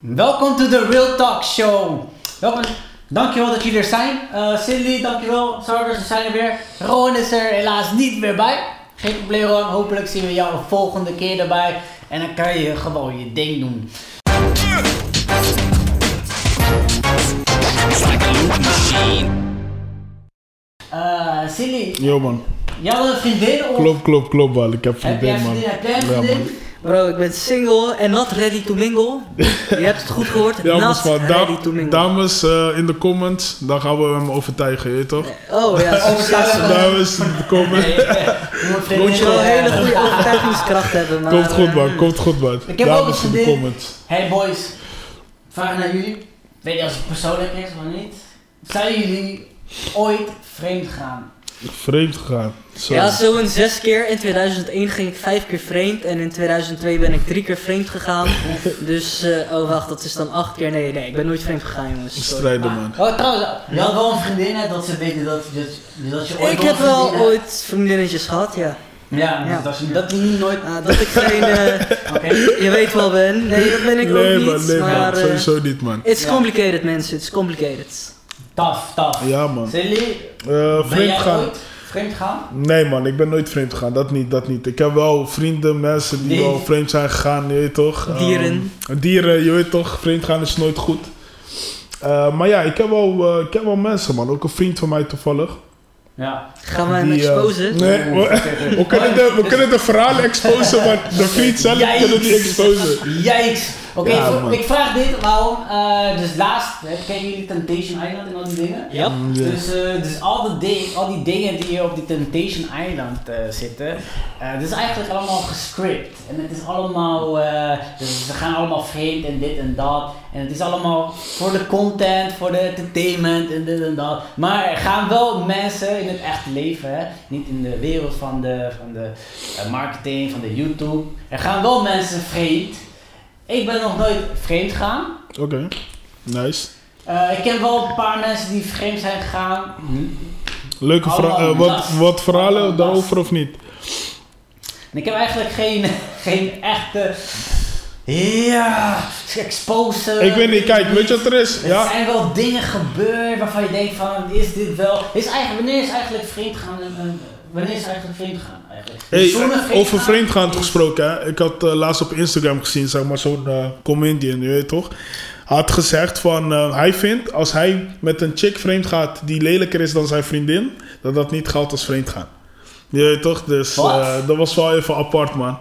Welkom to the Real Talk Show. Welkom. Dankjewel dat jullie er zijn. Cindy, dankjewel. Zorgers, we zijn er weer. Ron is er helaas niet meer bij. Geen probleem, Ron. Hopelijk zien we jou de volgende keer erbij. En dan kan je gewoon je ding doen. Cindy. Yo man. Jij had een vriendin of? Klopt man. Ik heb vriendin man. Heb jij een vriendin? Bro, ik ben single en not ready to mingle. Je hebt het goed gehoord, Ja, not ready to mingle. Dames in de comments, dan gaan we hem overtuigen, je toch? Oh ja, Dames in de comments. Moet je wel een hele goede overtuigingskracht hebben. Maar, Komt goed man. Ik heb ook een Dames in de vriendin. comments. Hey boys, vraag naar jullie. Weet je als het persoonlijk is of niet? Zijn jullie ooit vreemd gaan? Vreemd gegaan. Zo. Ja, zo'n 6 keer. In 2001 ging ik 5 keer vreemd en in 2002 ben ik 3 keer vreemd gegaan. Dus, oh wacht, dat is dan 8 keer. Nee, ik ben nooit vreemd gegaan jongens. Sorry. Strijden man. Oh trouwens, je had wel een vriendin hè, dat ze weten dat je ooit Ik wel heb een wel vriendin hebt. ooit vriendinnetjes gehad, ja. Ja, Ja. dat je niet nooit... Dat ik geen, Oké. je weet wel ben. Nee, dat ben ik ook Nee niet. man, nee maar, man. Sowieso niet man. it's Ja. complicated mensen, it's complicated. Tough. Ja man. Cindy, ben Vreemd jij gaan. ooit vreemd gaan? Nee man, ik ben nooit vreemd gegaan. Dat niet. Ik heb wel vrienden, mensen die Nee. wel vreemd zijn gegaan, je weet toch? Dieren. Dieren, je weet toch? Vreemd gaan is nooit goed. Maar ja, ik heb wel mensen man. Ook een vriend van mij toevallig. Ja. Gaan we hem Die, exposen? Nee, we kunnen de verhalen exposen, maar de vriend zelf kunnen we niet exposen. Yikes. Oké, Ja, man. ik vraag dit waarom. Dus laatst, kennen jullie Temptation Island en al die dingen? Ja. Dus al die dingen die hier op die Temptation Island zitten, dat is eigenlijk allemaal gescript. En het is allemaal, dus ze gaan allemaal vreemd en dit en dat. En het is allemaal voor de content, voor de entertainment en dit en dat. Maar er gaan wel mensen in het echte leven, hè? Niet in de wereld van de marketing, van de YouTube. Er gaan wel mensen vreemd. Ik ben nog nooit vreemd gegaan. Oké, nice. Ik ken wel een paar mensen die vreemd zijn gegaan. Leuke Allemaal last. wat verhalen Allemaal daarover of niet? En ik heb eigenlijk geen echte... Ja, exposen. Ik weet niet, kijk, weet je wat er is? Er Ja, zijn wel dingen gebeurd waarvan je denkt van, is dit wel... Wanneer is eigenlijk vreemd gaan? Wanneer is eigenlijk vreemd gaan eigenlijk? hey, Zonder over gaan vreemdgaan is- gesproken, hè? Ik had laatst op Instagram gezien, zeg maar, zo'n comedian, je weet toch? Had gezegd van, hij vindt als hij met een chick vreemd gaat die lelijker is dan zijn vriendin, dat niet geldt als vreemd gaan. Je weet toch? Dus Wat? dat was wel even apart, man.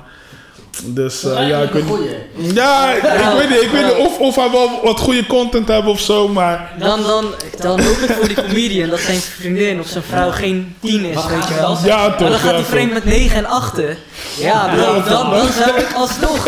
Dus Dat is ja, ik eigenlijk weet een niet. goeie. Ja, ik weet niet of hij wel wat goede content heeft of zo, maar... Dan hoop ik voor die comedian dat zijn vriendin of zijn vrouw geen 10 is, Wat weet gaat je hij wel. dan Ja, Maar toch. dan gaat ja, hij vreemd toch. met 9 en 8. Ja, bro, dan zou ik alsnog...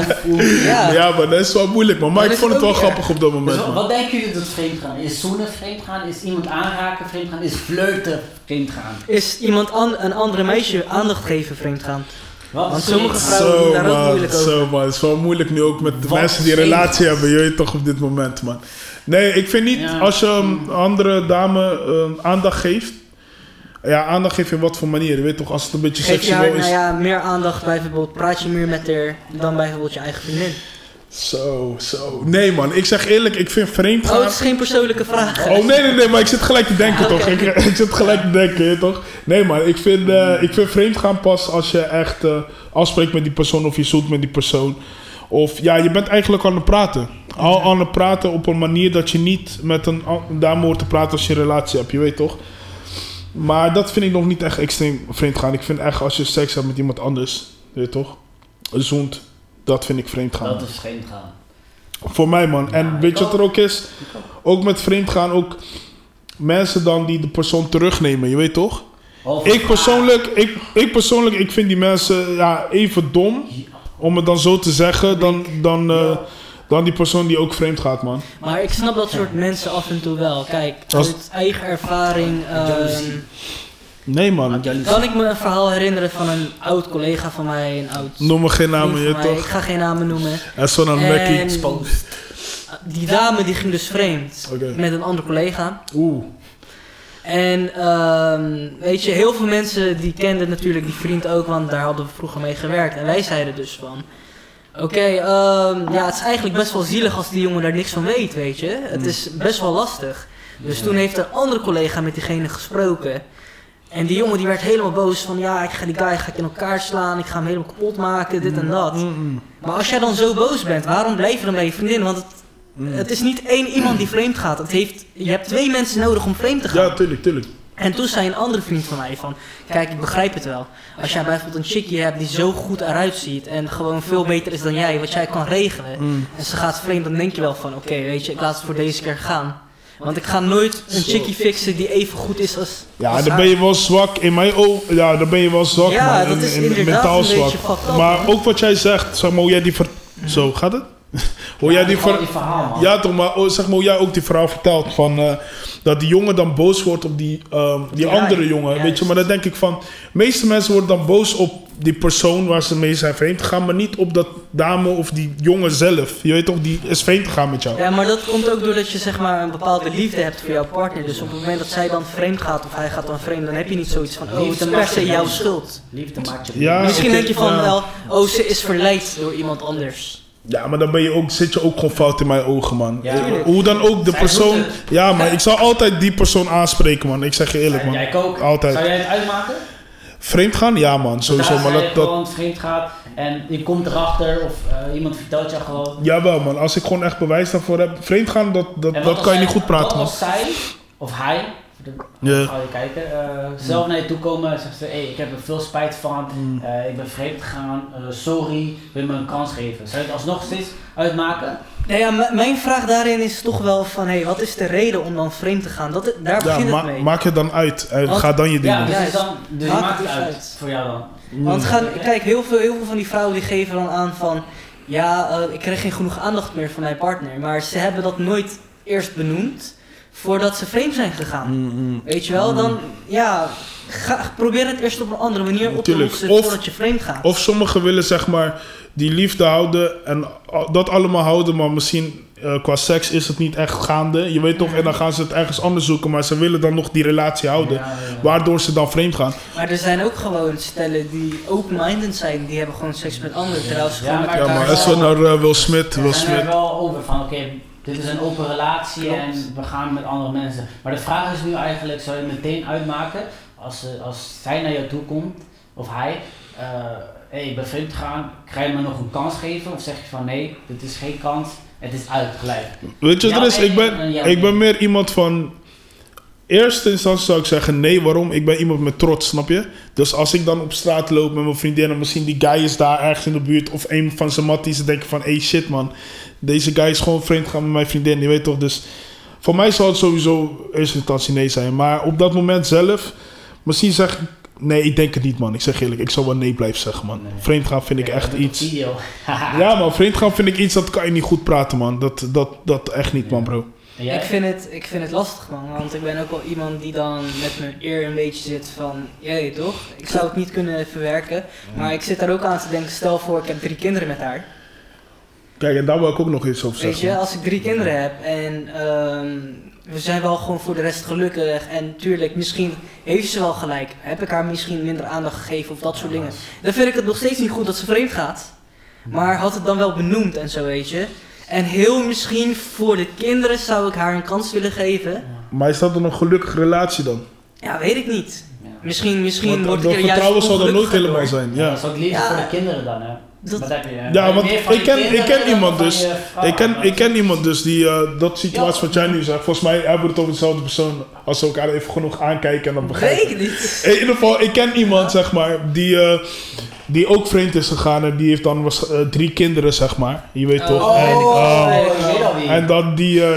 ja. Ja, maar dat is wel moeilijk, man. Maar Dat ik is vond het ook wel niet grappig op dat moment, Dus man. wat denken jullie dat vreemd gaan? Is zoenen vreemd gaan? Is iemand aanraken vreemd gaan? Is flirten vreemd gaan? Is iemand een andere meisje aandacht geven vreemd gaan? Wat Want is sommige vreemd? vrouwen doen daar ook man, moeilijk over. zo man. Het is wel moeilijk nu ook met de Wat mensen die een vreemd. relatie hebben, je weet toch, op dit moment, man. Nee, ik vind niet, Ja. als je een andere dame aandacht geeft... Ja, aandacht geeft in wat voor manier, je weet toch, als het een beetje Geef je seksueel haar is... nou ja, meer aandacht, bijvoorbeeld praat je meer met haar dan bijvoorbeeld je eigen vriendin? Zo. Nee, man. Ik zeg eerlijk, ik vind vreemd Oh, gaan... het is geen persoonlijke vraag. Oh, nee, maar ik zit gelijk te denken, toch? oké. Ik zit gelijk te denken, je toch? Nee, man, ik vind vreemd gaan pas als je echt afspreekt met die persoon of je zoekt met die persoon. Of ja, je bent eigenlijk aan het praten. Al aan het praten op een manier dat je niet met een dame hoort te praten als je een relatie hebt, je weet toch? Maar dat vind ik nog niet echt extreem vreemd gaan. Ik vind echt als je seks hebt met iemand anders, je weet toch? Zoent, dat vind ik vreemd gaan. Dat is vreemd gaan. Voor mij, man. En Ja, weet ik je wat er ook is? Ook met vreemd gaan, ook mensen dan die de persoon terugnemen, je weet toch? Of- Ik persoonlijk, ik vind die mensen ja, even dom, om het dan zo te zeggen, dan die persoon die ook vreemd gaat, man. Maar ik snap dat soort mensen af en toe wel. Kijk, Als- uit eigen ervaring Jaloezie. Nee, man. kan ik me een verhaal herinneren van een oud collega van mij, een oud Noem me geen namen, vriend je van mij. Ik toch? ga geen namen noemen. En zo dan Mackie. En die dame die ging dus vreemd Oké. met een andere collega. Oeh. En weet je, heel veel mensen die kenden natuurlijk die vriend ook, want daar hadden we vroeger mee gewerkt. En wij zeiden dus van, Oké, ja, het is eigenlijk best wel zielig als die jongen daar niks van weet, weet je. Het is best wel lastig. Dus toen heeft een andere collega met diegene gesproken. En die jongen die werd helemaal boos van, ja, ik ga die guy in elkaar slaan, ik ga hem helemaal kapot maken, dit en dat. Maar als jij dan zo boos bent, waarom blijf je dan bij je vriendin? Want het is niet één iemand die vreemd gaat. Je hebt 2 mensen nodig om vreemd te gaan. Ja, tuurlijk. En toen zei een andere vriend van mij van, kijk, ik begrijp het wel. Als jij bijvoorbeeld een chickie hebt die zo goed eruit ziet en gewoon veel beter is dan jij, wat jij kan regelen. En ze gaat vreemd, dan denk je wel van, oké, weet je, ik laat het voor deze keer gaan. Want ik ga nooit een chickie fixen die even goed is als Ja, als dan haar. ben je wel zwak. In mijn ogen, ja, dan ben je wel zwak, Ja, man. dat is in inderdaad mentaal een zwak. beetje fucked up, Maar man. ook wat jij zegt, zeg maar, hoe jij die Zo, gaat het? Hoe jij die verhaal, man. Ja, toch, maar zeg maar hoe jij ook die verhaal vertelt van dat die jongen dan boos wordt op die andere jongen, juist. weet je. Maar dan denk ik van, de meeste mensen worden dan boos op die persoon waar ze mee zijn vreemd gegaan, maar niet op dat dame of die jongen zelf. Je weet toch, die is vreemd gegaan met jou. Ja, maar dat komt ook doordat je zeg maar een bepaalde liefde hebt voor jouw partner. Dus op het moment dat zij dan vreemd gaat of hij gaat dan vreemd, dan heb je niet zoiets van, oh, het is per se jouw schuld. Liefde maakt je Ja, Misschien oké, denk je van ja. wel, oh, ze is verleid door iemand anders. Ja, maar dan ben je ook, zit je ook gewoon fout in mijn ogen, man. Ja, tuurlijk. Hoe dan ook de Zij persoon. doet het. Ja, maar ik zal altijd die persoon aanspreken, man. Ik zeg je eerlijk, man. Jij ook. Altijd. Zou jij het uitmaken? Vreemd gaan? Ja, man, sowieso. Maar Als je dat, gewoon vreemd gaat en je komt erachter of iemand vertelt je gewoon. jawel, man. Als ik gewoon echt bewijs daarvoor heb. Vreemd gaan, En dat wat kan je als niet goed praten, wat man. als zij of hij, Ja. ga je kijken, zelf naar je toe komen en zegt ze, hey, ik heb er veel spijt van, ik ben vreemd gegaan, sorry, wil me een kans geven. Zou je het alsnog steeds uitmaken? Nou ja, mijn vraag daarin is toch wel van, hé, wat is de reden om dan vreemd te gaan? Daar begint het mee. maak het dan uit. Want- Ga dan je ding Ja, doen. dus, Juist. dus je Maakt maakt het het dus uit uit. voor jou dan. Want kijk, heel veel van die vrouwen die geven dan aan van, ja, ik krijg geen genoeg aandacht meer van mijn partner. Maar ze hebben dat nooit eerst benoemd voordat ze vreemd zijn gegaan. Weet je wel, dan, ja, probeer het eerst op een andere manier op te Tuurlijk. lossen Of- voordat je vreemd gaat. Of sommigen willen zeg maar die liefde houden en dat allemaal houden, maar misschien qua seks is het niet echt gaande. Je weet toch, en dan gaan ze het ergens anders zoeken, maar ze willen dan nog die relatie houden. Ja. Waardoor ze dan vreemd gaan. Maar er zijn ook gewoon stellen die open-minded zijn, die hebben gewoon seks met anderen, terwijl ze Ja, gewoon met maar Ja, elkaar maar daar als is we wel- naar Will Smith. We zijn er wel over van, oké, dit is een open relatie Klopt. en we gaan met andere mensen. Maar de vraag is nu eigenlijk, zou je meteen uitmaken, als zij naar jou toe komt, of hij, hey, ik ben vreemd gegaan, ga je me nog een kans geven? Of zeg je van, nee, dit is geen kans, het is uit, gelijk. Weet je wat er is? Ja, ja, Ik ben meer iemand van. Eerste instantie zou ik zeggen nee, waarom? Ik ben iemand met trots, snap je? Dus als ik dan op straat loop met mijn vriendin en misschien die guy is daar ergens in de buurt of een van zijn matties, dan denk ik van, hey shit man, deze guy is gewoon vreemd gaan met mijn vriendin, je weet toch? Dus voor mij zal het sowieso in eerste instantie nee zijn. Maar op dat moment zelf, misschien zeg ik, nee, ik denk het niet man. Ik zeg eerlijk, ik zal wel nee blijven zeggen man. Nee. Vreemd gaan vind ik Kijk, echt dat is iets. een video. Ja man, vreemd gaan vind ik iets dat kan je niet goed praten man. Dat echt niet man bro. En jij? Ik vind het lastig man, want ik ben ook wel iemand die dan met mijn eer een beetje zit van, jee toch, ik zou het niet kunnen verwerken, maar ik zit daar ook aan te denken, stel voor ik heb 3 kinderen met haar. Kijk, en daar wil ik ook nog iets over Weet zeggen. je, als ik 3 kinderen heb en we zijn wel gewoon voor de rest gelukkig en tuurlijk, misschien heeft ze wel gelijk, heb ik haar misschien minder aandacht gegeven of dat soort dingen. Dan vind ik het nog steeds niet goed dat ze vreemd gaat, maar had het dan wel benoemd en zo weet je. En heel misschien voor de kinderen zou ik haar een kans willen geven. Maar is dat dan een gelukkige relatie dan? Ja, weet ik niet. Ja. Misschien Want wordt dat ik er juist vertrouwen zal er nooit ongelukkiger helemaal door. zijn. Ja. Ja. Dat is ook liefde Ja. voor de kinderen dan, hè? Dat- Wat heb je? Ja, want Meer van ik je ken kinderen iemand dan dus. van je vrouw. Ik ken iemand dus die dat situatie Ja. wat jij nu zegt. Volgens mij hebben we het over dezelfde persoon. Als ze elkaar even genoeg aankijken en dan begrijpen. Weet ik niet. In ieder geval, ik ken iemand zeg maar die ook vreemd is gegaan en die heeft dan 3 kinderen zeg maar. Je weet toch? Oh, En, ik weet al wie. en dan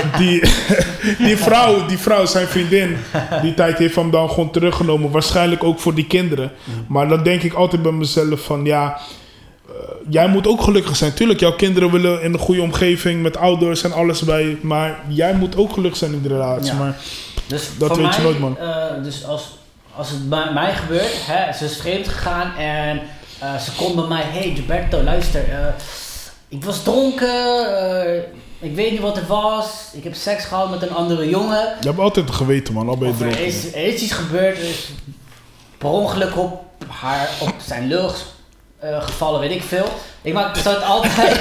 die vrouw, zijn vriendin, die tijd heeft hem dan gewoon teruggenomen. Waarschijnlijk ook voor die kinderen. Maar dan denk ik altijd bij mezelf van ja, jij moet ook gelukkig zijn. Tuurlijk, jouw kinderen willen in een goede omgeving met ouders en alles bij. Maar jij moet ook gelukkig zijn in de relatie. Ja. Maar Dus dat voor weet je mij, nooit, man. Dus als het bij mij gebeurt, hè, ze is vreemd gegaan en ze komt bij mij, hey Gilberto, luister, ik was dronken, ik weet niet wat er was, ik heb seks gehad met een andere jongen. je hebt altijd geweten man, al ben je Of er dronken. is iets gebeurd, dus per ongeluk op zijn lul gevallen, weet ik veel. Ik zou het altijd,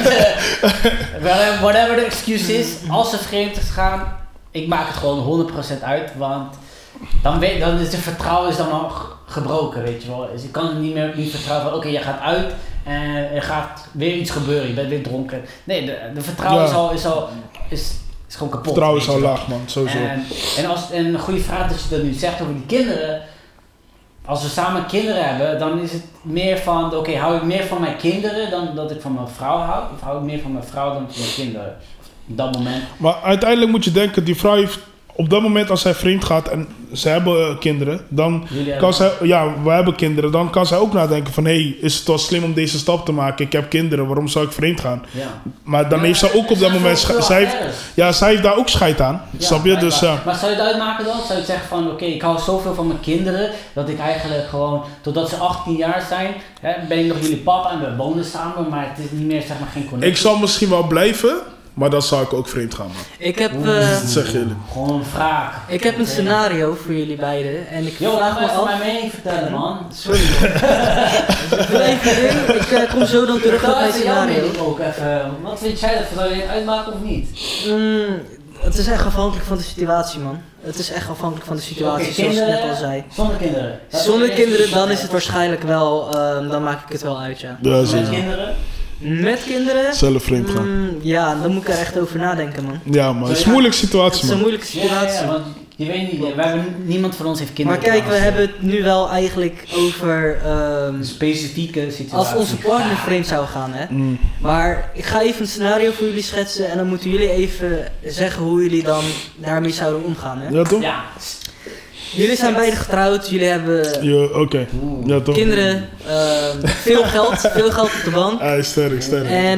whatever de excuse is, als ze vreemd gaan, ik maak het gewoon 100% uit, want dan is het vertrouwen is dan al gebroken, weet je wel. Dus ik kan niet vertrouwen van, oké, je gaat uit en er gaat weer iets gebeuren, je bent weer dronken. Nee, de vertrouwen is gewoon kapot. Vertrouwen is al laag, man, sowieso. En een goede vraag dat je dat nu zegt over die kinderen. Als we samen kinderen hebben, dan is het meer van, oké, hou ik meer van mijn kinderen dan dat ik van mijn vrouw hou? Of hou ik meer van mijn vrouw dan van mijn kinderen? Op dat moment. Maar uiteindelijk moet je denken, die vrouw heeft op dat moment als zij vreemd gaat en ze hebben kinderen, dan kan zij, we hebben kinderen, dan kan zij ook nadenken van, is het wel slim om deze stap te maken? Ik heb kinderen, waarom zou ik vreemd gaan? Ja. Maar dan heeft ze ook op dat moment, zij heeft daar ook scheid aan, snap je? Maar, dus, maar zou je het uitmaken dan? Zou je zeggen van, oké, ik hou zoveel van mijn kinderen, dat ik eigenlijk gewoon, totdat ze 18 jaar zijn, ben ik nog jullie papa en we wonen samen, maar het is niet meer, zeg maar, geen connectie. Ik zal misschien wel blijven, maar dan zou ik ook vreemd gaan, man. Ik heb... zeg jullie. Gewoon een vraag. Ik heb een scenario voor jullie beiden. En ik vraag me af... mijn mening vertellen, man. Sorry, man. Ik wil even in. Ik kom zo dan terug op mijn scenario. Ook even. Wat vind jij dat? Zou je het uitmaken of niet? Het is echt afhankelijk van de situatie, man. Het is echt afhankelijk van de situatie, zoals ik net al zei. Zonder kinderen? Zonder kinderen, dan is het waarschijnlijk wel... dan maak ik het wel uit, ja. Met kinderen? Met kinderen? Zelf vreemd gaan. Ja, dan moet ik er echt over nadenken, man. Ja, maar het is een moeilijke situatie, man. Het is een moeilijke situatie. Ja, want je weet niet, niemand van ons heeft kinderen. Maar kijk, we hebben het nu wel eigenlijk over... specifieke situatie. Als onze partner vreemd zou gaan, hè. Maar ik ga even een scenario voor jullie schetsen en dan moeten jullie even zeggen hoe jullie dan daarmee zouden omgaan, hè. Ja, toch? Ja. Jullie zijn beide getrouwd, jullie hebben Ja, toch? kinderen, veel geld op de bank. Sterk. En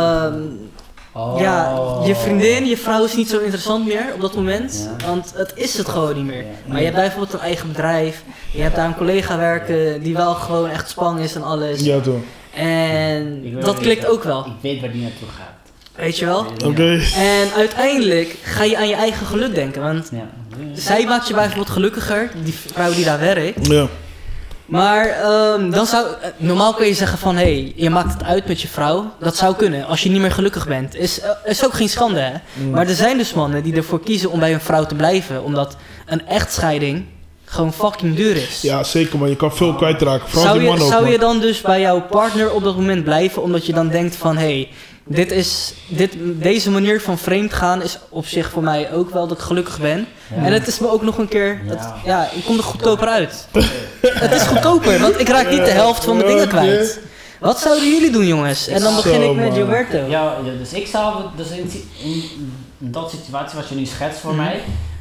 je vriendin, je vrouw is niet zo interessant meer op dat moment, want het is het gewoon niet meer. Maar je hebt bijvoorbeeld een eigen bedrijf, je hebt daar een collega werken die wel gewoon echt spang is en alles. Ja, toch? En dat klikt ook wel. Ik weet waar die naartoe gaat. Weet je wel? Oké. En uiteindelijk ga je aan je eigen geluk denken, want zij maakt je bijvoorbeeld gelukkiger, die vrouw die daar werkt. Ja. Maar dan normaal kun je zeggen van, je maakt het uit met je vrouw. Dat zou kunnen, als je niet meer gelukkig bent. Is ook geen schande, hè. Maar er zijn dus mannen die ervoor kiezen om bij een vrouw te blijven, omdat een echtscheiding gewoon fucking duur is. Ja, zeker, maar je kan veel kwijtraken. Zou je dan dus bij jouw partner op dat moment blijven, omdat je dan denkt van, deze manier van vreemd gaan is op zich voor mij ook wel dat ik gelukkig ben. Ja. En het is me ook nog een keer... ik kom er goedkoper uit. Het is goedkoper, want ik raak niet de helft van mijn dingen kwijt. Wat zouden jullie doen, jongens? En dan begin ik met Gilberto. Ja, dus ik zou... Dus in dat situatie wat je nu schetst voor mij...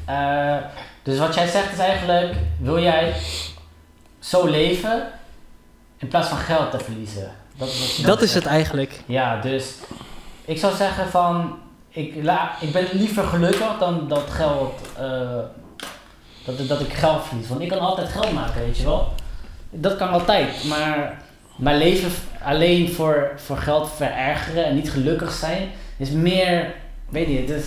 dus wat jij zegt is eigenlijk... Wil jij zo leven... in plaats van geld te verliezen? Dat is het eigenlijk. Ja, dus ik zou zeggen van, ik ben liever gelukkig dan dat geld, dat ik geld verlies. Want ik kan altijd geld maken, weet je wel. Dat kan altijd, maar mijn leven alleen voor geld verergeren en niet gelukkig zijn, is meer, weet je, dus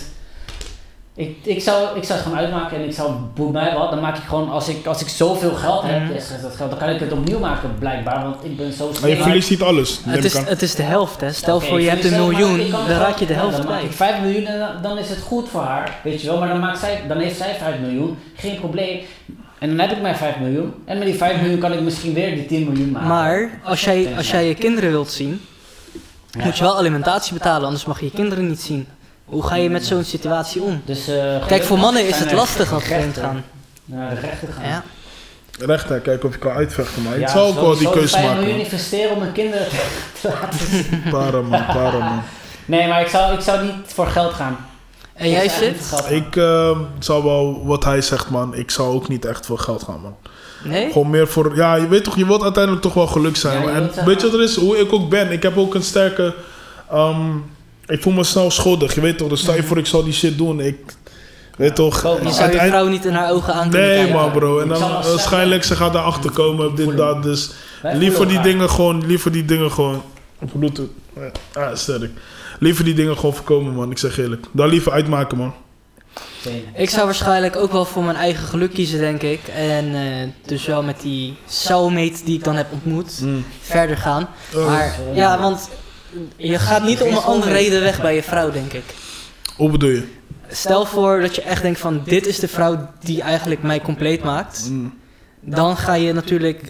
ik zou het gewoon uitmaken en ik zou, boeit mij wat, dan maak ik gewoon, als ik zoveel geld heb, dan kan ik het opnieuw maken blijkbaar, want ik ben zo maar je verliest niet alles. Het is de helft, hè. Stel voor je hebt $1 miljoen, dan raak je de helft kwijt. Dan maak ik 5 miljoen en dan is het goed voor haar, weet je wel, maar dan heeft zij 5 miljoen, geen probleem. En dan heb ik mijn 5 miljoen en met die 5 miljoen kan ik misschien weer die 10 miljoen maken. Maar als jij je kinderen wilt zien, moet je wel alimentatie betalen, anders mag je je kinderen niet zien. Hoe ga je met zo'n situatie om? Dus, kijk, voor mannen is het lastig als vreemd gaan. Naar de rechter gaan. Ja. Rechter, kijken of je kan uitvechten, maar ik zal ook wel die keuze maken. 5 miljoen investeren om mijn kinderen te laten zien. Para man. Nee, maar ik zou niet voor geld gaan. En jij zit? Ik zou wel wat hij zegt, man. Ik zou ook niet echt voor geld gaan, man. Nee? Gewoon meer voor... Ja, je weet toch, je wilt uiteindelijk toch wel geluk zijn. Ja, en weet je wat er is? Hoe ik ook ben. Ik heb ook een sterke... ik voel me snel schuldig, je weet toch? Dus stel je voor ik zou die shit doen. Ik weet toch... Je zou je vrouw niet in haar ogen aan kunnen kijken. Nee man bro. En dan waarschijnlijk ze gaat daarachter komen. Dit, dat. Dus liever die dingen gewoon... Op Bluetooth. Sterk. Liever die dingen gewoon voorkomen, man. Ik zeg eerlijk. Dan liever uitmaken, man. Ik zou waarschijnlijk ook wel voor mijn eigen geluk kiezen, denk ik. En dus wel met die soulmate die ik dan heb ontmoet, verder gaan. Maar ja, want je gaat niet om een andere reden weg bij je vrouw, denk ik. Hoe bedoel je? Stel voor dat je echt denkt van, dit is de vrouw die eigenlijk mij compleet maakt. Dan ga je natuurlijk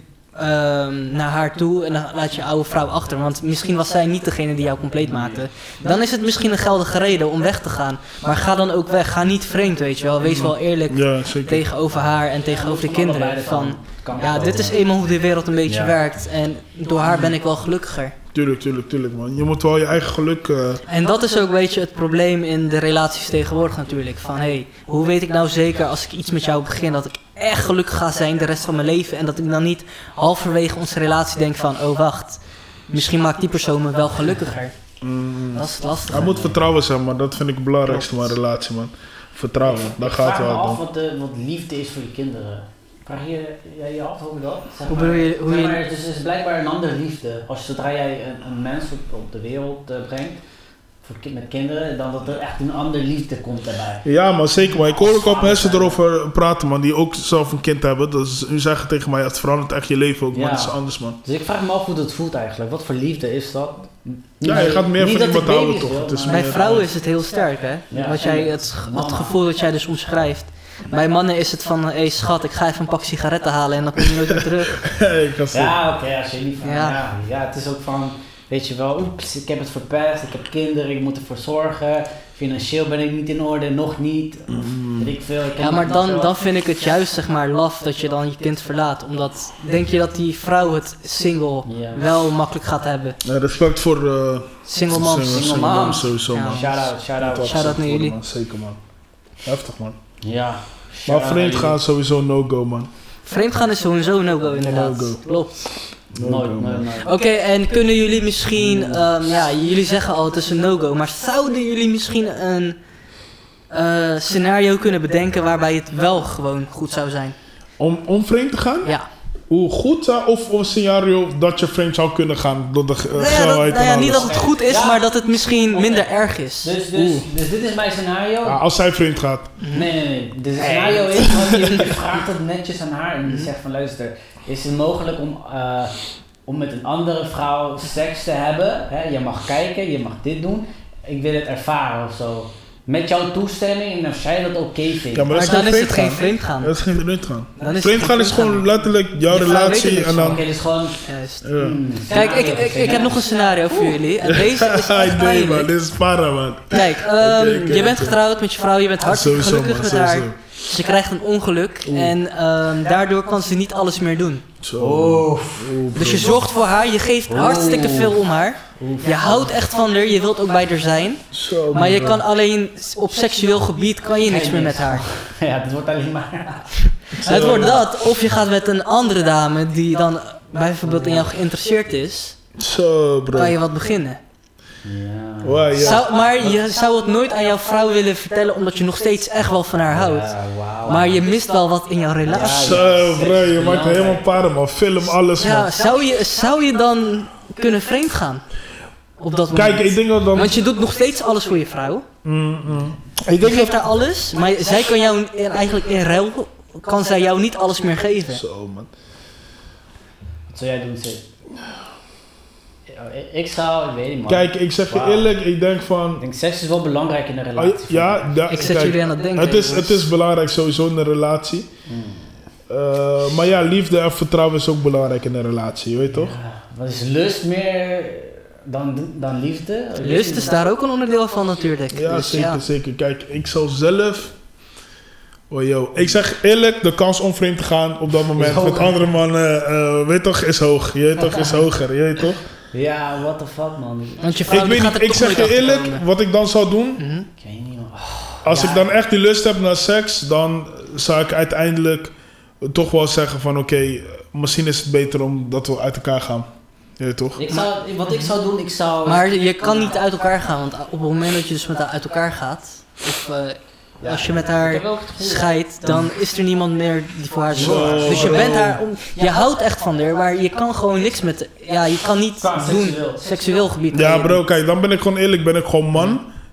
naar haar toe en dan laat je oude vrouw achter. Want misschien was zij niet degene die jou compleet maakte. Dan is het misschien een geldige reden om weg te gaan. Maar ga dan ook weg. Ga niet vreemd, weet je wel. Wees wel eerlijk tegenover haar en tegenover de kinderen. Van, ja, dit is eenmaal hoe de wereld een beetje werkt. En door haar ben ik wel gelukkiger. Tuurlijk, man. Je moet wel je eigen geluk... En dat is ook een beetje het probleem in de relaties tegenwoordig natuurlijk. Van, hoe weet ik nou zeker als ik iets met jou begin dat ik echt gelukkig ga zijn de rest van mijn leven. En dat ik dan niet halverwege onze relatie denk van, oh wacht, misschien maakt die persoon me wel gelukkiger. Dat is lastig. Er moet vertrouwen zijn, man. Dat vind ik het belangrijkste van een relatie, man. Vertrouwen, daar gaat het wel om. Ik vraag me af wat liefde is voor je kinderen. Vraag je af over dat? Hoe bedoel je? Dus het is blijkbaar een andere liefde. Zodra jij een mens op de wereld brengt, met kinderen, dan dat er echt een andere liefde komt daarbij. Ja, maar zeker. Maar ik hoor ook al mensen erover praten, man, die ook zelf een kind hebben. Dus u zeggen tegen mij, het verandert echt je leven ook, man. Dat is anders, man. Dus ik vraag me af hoe dat voelt eigenlijk. Wat voor liefde is dat? Ja, je gaat meer van iemand houden, toch? Bij vrouwen is het heel sterk, hè? Wat jij, het gevoel dat jij dus omschrijft. Bij mannen is het van, hé schat, ik ga even een pak sigaretten halen en dan kom je nooit meer terug. Ja, oké, als je niet van, ja, het is ook van, weet je wel, oeps, ik heb het verpest, ik heb kinderen, ik moet ervoor zorgen, financieel ben ik niet in orde, nog niet, weet ik veel. Ja, maar dan vind ik het juist, zeg maar, laf dat je dan je kind verlaat, omdat, denk je dat die vrouw het single wel makkelijk gaat hebben? Respect voor single moms sowieso, man. Shout-out naar jullie. Man. Zeker, man. Heftig, man. Ja. Maar vreemdgaan sowieso no-go, man. Vreemdgaan is sowieso no-go, inderdaad. No-go. Klopt. Nooit. Oké, en kunnen jullie misschien, jullie zeggen al het is een no-go, maar zouden jullie misschien een scenario kunnen bedenken waarbij het wel gewoon goed zou zijn? Om vreemd te gaan? Ja. Hoe goed of een scenario dat je vreemd zou kunnen gaan door de geilheid niet dat het goed is, maar dat het misschien minder erg is. Dus dit is mijn scenario. Ja, als zij vreemd gaat. Nee. De scenario is, want je vraagt het netjes aan haar en die zegt van luister, is het mogelijk om met een andere vrouw seks te hebben? Hè? Je mag kijken, je mag dit doen. Ik wil het ervaren of zo. Met jouw toestemming en als jij dat oké vindt. Ja, maar dan is het geen vreemdgaan. Dat is geen vreemdgaan. Vreemdgaan is gewoon letterlijk jouw relatie en dan... Oké, dus gewoon... Kijk, ik heb nog een scenario voor jullie. En deze is echt nee, man, dit is para, man. Kijk, je bent getrouwd met je vrouw, je bent hartstikke gelukkig met haar. Ze krijgt een ongeluk en daardoor kan ze niet alles meer doen. Dus je zorgt voor haar, je geeft hartstikke veel om haar. Je houdt echt van haar, je wilt ook bij haar zijn. Maar je kan alleen op seksueel gebied kan je niks meer met haar. Ja, het wordt alleen maar... Het wordt dat, of je gaat met een andere dame die dan bijvoorbeeld in jou geïnteresseerd is. Zo, bro. Kan je wat beginnen. Ja. Wow, ja. Maar je zou het nooit aan jouw vrouw willen vertellen omdat je nog steeds echt wel van haar houdt. Maar je mist wel wat in jouw relatie. Zo, bro, je maakt helemaal para, man. Film, alles, man. Ja, zou je dan kunnen vreemd gaan? Op dat moment. Kijk, ik denk dat dan... Want je doet nog steeds alles voor je vrouw. Ik Je geeft haar alles, maar zij kan jou eigenlijk in ruil, kan zij jou niet alles meer geven. Zo, man. Wat zou jij doen, Sid? Ik weet niet, man. Kijk, ik zeg je eerlijk, ik denk van... Ik denk seks is wel belangrijk in een relatie. Ik zet jullie aan het denken. Het is belangrijk sowieso in een relatie. Maar ja, liefde en vertrouwen is ook belangrijk in een relatie, je weet toch? Wat is lust meer dan liefde? Lust is daar ook een onderdeel van natuurlijk. Ja, dus, zeker. Kijk, ik zou zelf... ik zeg eerlijk, de kans om vreemd te gaan op dat moment met andere mannen, weet toch, is hoog. Je weet toch, is hoger, je weet toch? Ja, what the fuck, man. Want je vrouw ik weet niet, ik zeg je eerlijk, wat ik dan zou doen, Ik weet niet, man. als ik dan echt die lust heb naar seks, dan zou ik uiteindelijk toch wel zeggen van oké, misschien is het beter omdat we uit elkaar gaan. Je weet toch? Wat ik zou doen, Maar je kan niet uit elkaar gaan, want op het moment dat je dus met haar uit elkaar gaat, of... als je met haar scheidt, dan is er niemand meer die voor haar zorgt. Dus je bent haar je houdt echt van haar, maar je kan gewoon niks met je kan niet doen seksueel gebied. Ja, bro, kijk, dan ben ik gewoon eerlijk, ben ik gewoon man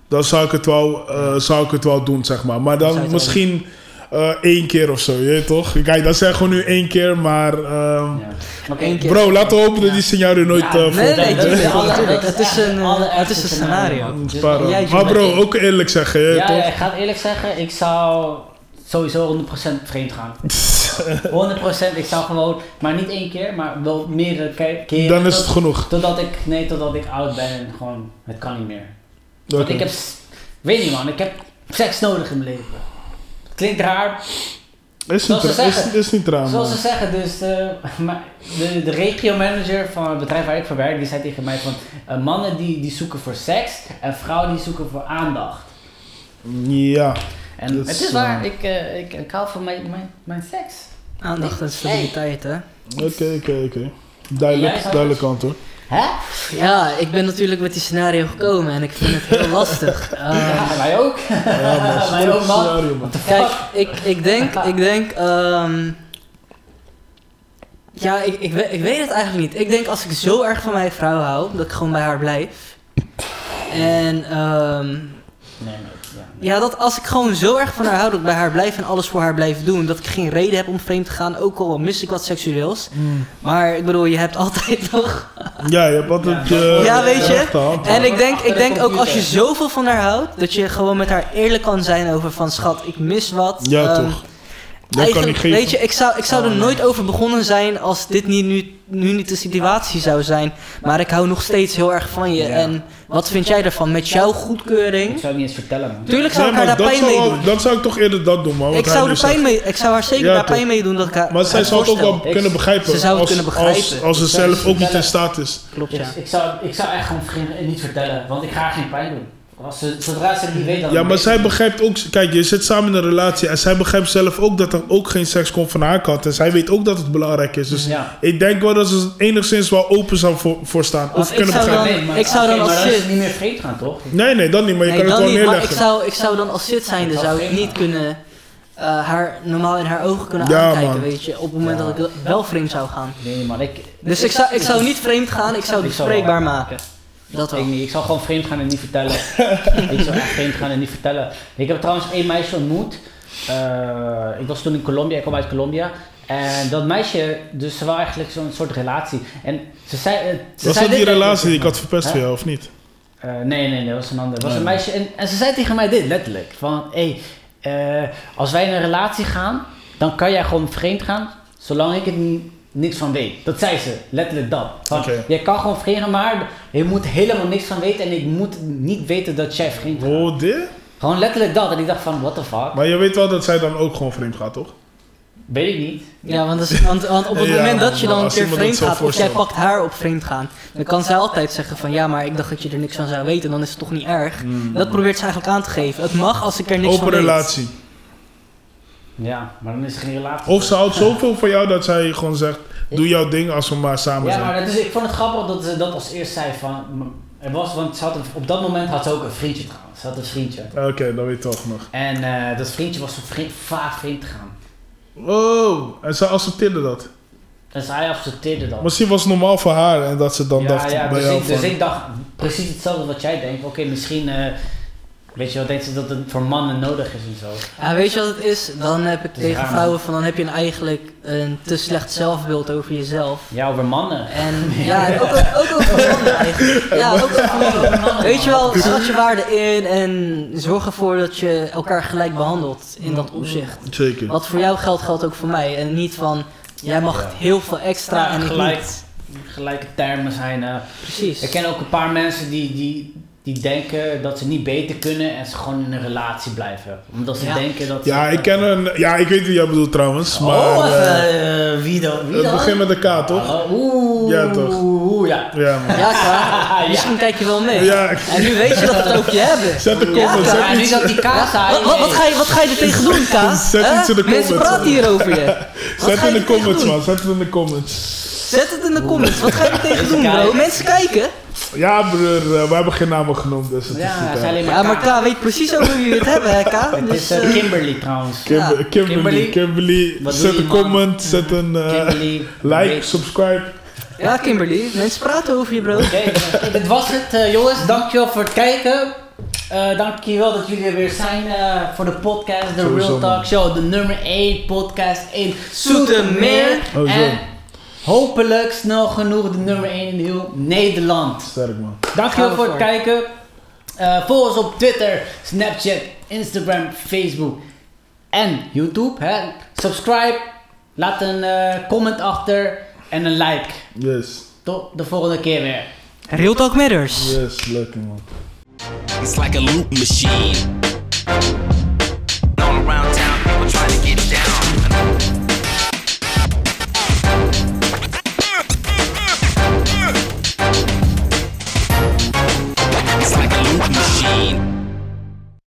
dan zou ik het wel doen, zeg maar. Maar Zou dan het misschien 1 keer of zo, je weet toch? Kijk, dat zijn gewoon nu 1 keer, maar... Ja. Oké. Eén keer. Bro, laten we hopen dat die scenario nooit Ja, Nee, voorkomt. tuurlijk, alle- natuurlijk. dat Het is een allerergste scenario. man. Dus- Maar, Jij, maar bro, Jim, ook eerlijk zeggen, je weet Ja, toch? ik ga het eerlijk zeggen, ik zou sowieso 100% vreemd gaan. 100%, ik zou gewoon, maar niet 1 keer, maar wel meerdere keren. Dan is het genoeg. Totdat ik oud ben en gewoon, het kan niet meer. Want Oké. ik heb, weet niet man, ik heb seks nodig in mijn leven. Klinkt raar, Is zoals ze niet, zeggen. is niet raar, zoals man. ze zeggen, dus de regiomanager van het bedrijf waar ik voor werk, die zei tegen mij van, mannen die zoeken voor seks en vrouwen die zoeken voor aandacht. Ja. En Dat het is, is waar, ik hou van mijn seks. Aandacht en stabiliteit, hè? Oké. Duidelijk antwoord. Hè? Ja, ik ben natuurlijk met die scenario gekomen en ik vind het heel lastig. Ja, wij ook. Ja, man. Wij ook, man. Scenario, man. Kijk, ik denk, ja, ik weet het eigenlijk niet. Ik denk als ik zo erg van mijn vrouw hou, dat ik gewoon bij haar blijf. En Nee. ja, dat als ik gewoon zo erg van haar hou, dat ik bij haar blijf en alles voor haar blijf doen, dat ik geen reden heb om vreemd te gaan, ook al mis ik wat seksueels. Maar ik bedoel, je hebt altijd nog... Ja, je hebt altijd Ja, weet je. rechterhand. En ik denk ook als je zoveel van haar houdt, dat je gewoon met haar eerlijk kan zijn over van schat, ik mis wat. Ja, toch. Dat kan Eigenlijk, ik geven. weet je, ik zou er nooit over begonnen zijn als dit nu niet de situatie zou zijn. Maar ik hou nog steeds heel erg van je. Ja. En wat vind jij daarvan? Met jouw Ik goedkeuring? zou het niet eens vertellen, man. Tuurlijk zou Nee, ik haar maar daar pijn mee doen. dan zou ik toch eerder dat doen, man. wat Ik hij zou, nu er zegt. pijn mee, ik zou haar zeker Ja, daar toch. pijn mee doen dat ik haar Maar zij zou het ook wel voorstel. kunnen begrijpen. Ze zou het als, kunnen begrijpen. Als ze Ik zou zelf het ook niet in vertellen. staat is. Klopt, ja. Dus ik zou echt gewoon niet vertellen, want ik ga haar geen pijn doen. Zodra ze het niet weet, dan Ja, maar zij begrijpt ook... Kijk, je zit samen in een relatie en zij begrijpt zelf ook dat er ook geen seks komt van haar kant. En zij weet ook dat het belangrijk is. Dus Ja. ik denk wel dat ze enigszins wel open zou voor staan. Of ik kunnen zou begrijpen. dan- ik zou dan als maar dan is shit- het niet meer vreemd gaan, toch? Nee, dat niet. Maar je Nee, kan het dan wel niet, maar neerleggen. ik zou dan als zit zijnde Ik zou zou ik vreemd niet gaan. kunnen haar normaal in haar ogen kunnen Ja, aankijken, man. weet je. Op het moment Ja. dat ik wel vreemd zou gaan. Nee, man, Dus ik zou niet vreemd gaan, ik zou het Ik zou bespreekbaar wel. maken. Dat wel. Ik niet. Ik zou gewoon vreemd gaan en niet vertellen. Ik zou echt vreemd gaan en niet vertellen. Ik heb trouwens één meisje ontmoet. Ik was toen in Colombia, ik kwam uit Colombia. En dat meisje, dus ze wou eigenlijk zo'n soort relatie. En ze zei... ze Was zei dat die dit relatie die ik letterlijk had verpest Hè? voor jou, of niet? Nee, dat was een ander. Het was Nee. een meisje en ze zei tegen mij dit, letterlijk. Van, als wij in een relatie gaan, dan kan jij gewoon vreemd gaan, zolang ik het niks van weet. Dat zei ze, letterlijk dat. Van, Oké. jij kan gewoon vreemd gaan, maar je moet helemaal niks van weten en ik moet niet weten dat jij vreemd gaat. Oh, dit? Gewoon letterlijk dat. En ik dacht van, what the fuck? Maar je weet wel dat zij dan ook gewoon vreemd gaat, toch? Weet ik niet. Ja, want op het Ja, moment dat je dan een als keer iemand vreemd dat zo gaat, of jij voorstelt. pakt haar op vreemd gaan, dan kan zij altijd zeggen van ja, maar ik dacht dat je er niks van zou weten, dan is het toch niet erg. Dat probeert ze eigenlijk aan te geven. Het mag als ik er niks van Open weet. relatie. Ja, maar dan is er geen relatie. Of ze houdt zoveel van jou dat zij gewoon zegt, doe jouw ding als we maar samen Ja, zijn. maar ik vond het grappig dat ze dat als eerst zei van... Er was, want ze had op dat moment had ze ook een vriendje trouwens. Ze had een vriendje. Oké, dat weet je toch nog. En dat vriendje was vaak vreemd gegaan. Oh, en zij accepteerde dat. Dus hij accepteerde dat. Misschien was het normaal voor haar en dat ze dan dacht bij dus jou dus van... ik dacht precies hetzelfde wat jij denkt. Oké, misschien... weet je wel, denkt ze dat het voor mannen nodig is en zo. Ja, weet je wat het is? Dan heb ik is tegen raar, vrouwen van dan heb je eigenlijk een te slecht zelfbeeld over jezelf. Ja, over mannen. En ja, ook over mannen eigenlijk. Ja, ook over mannen. Weet je wel, schat je waarde in en zorg ervoor dat je elkaar gelijk behandelt in dat opzicht. Zeker. Wat voor jou geldt, geldt ook voor mij. En niet van, jij mag heel veel extra Ja, en ik gelijk. niet. Gelijke termen zijn. Precies. Ik ken ook een paar mensen die denken dat ze niet beter kunnen en ze gewoon in een relatie blijven. Omdat ze Ja. denken dat... Ja, ik ken een... Ja, ik weet wie jij bedoelt trouwens, maar... Oh, wie het dan? begint met een K, toch? Oeh. Ja, toch? Oeh, ja. Ja, man. Ja, Ka, misschien kijk je wel mee. Ja, En nu weet je dat we het over je hebben. zet de Ja, comments, Ja, zet nu iets, dat die kaas zei. Wat ga je er tegen doen, Ka? Zet Hè? iets in de Mensen comments. praten hier over je. Wat zet ga in je de er tegen comments, doen? man. Zet het in de comments. Zet het in de comments. Wat ga je er tegen doen, bro? kijken. Mensen kijken. Ja, broer, we hebben geen namen genoemd, dus het is Ja, niet hij zei aan. alleen Ja, maar maar Ka weet precies over wie we het hebben, hè, Ka? Het Dus, is Kimberly trouwens. Ja. Kimberly, Wat doe zet je, een man? comment, zet een Kimberly. like, weet- subscribe. ja, Kimberly. Mensen praten over je, bro. Oké, dit was het jongens. Dankjewel voor het kijken. Dankjewel dat jullie er weer zijn voor de podcast, de Sowieso, Real Talk man. Show, de nummer 1 podcast in Zoetermeer. Oh, zo. En hopelijk snel genoeg de nummer 1 in heel Nederland. Sterk, man. Dankjewel Gaan we voor het kijken. Volg ons op Twitter, Snapchat, Instagram, Facebook en YouTube. Hè. Subscribe, laat een comment achter en een like. Yes. Tot de volgende keer weer. Real Talk Matters. Yes, lekker, man. It's like a loop machine.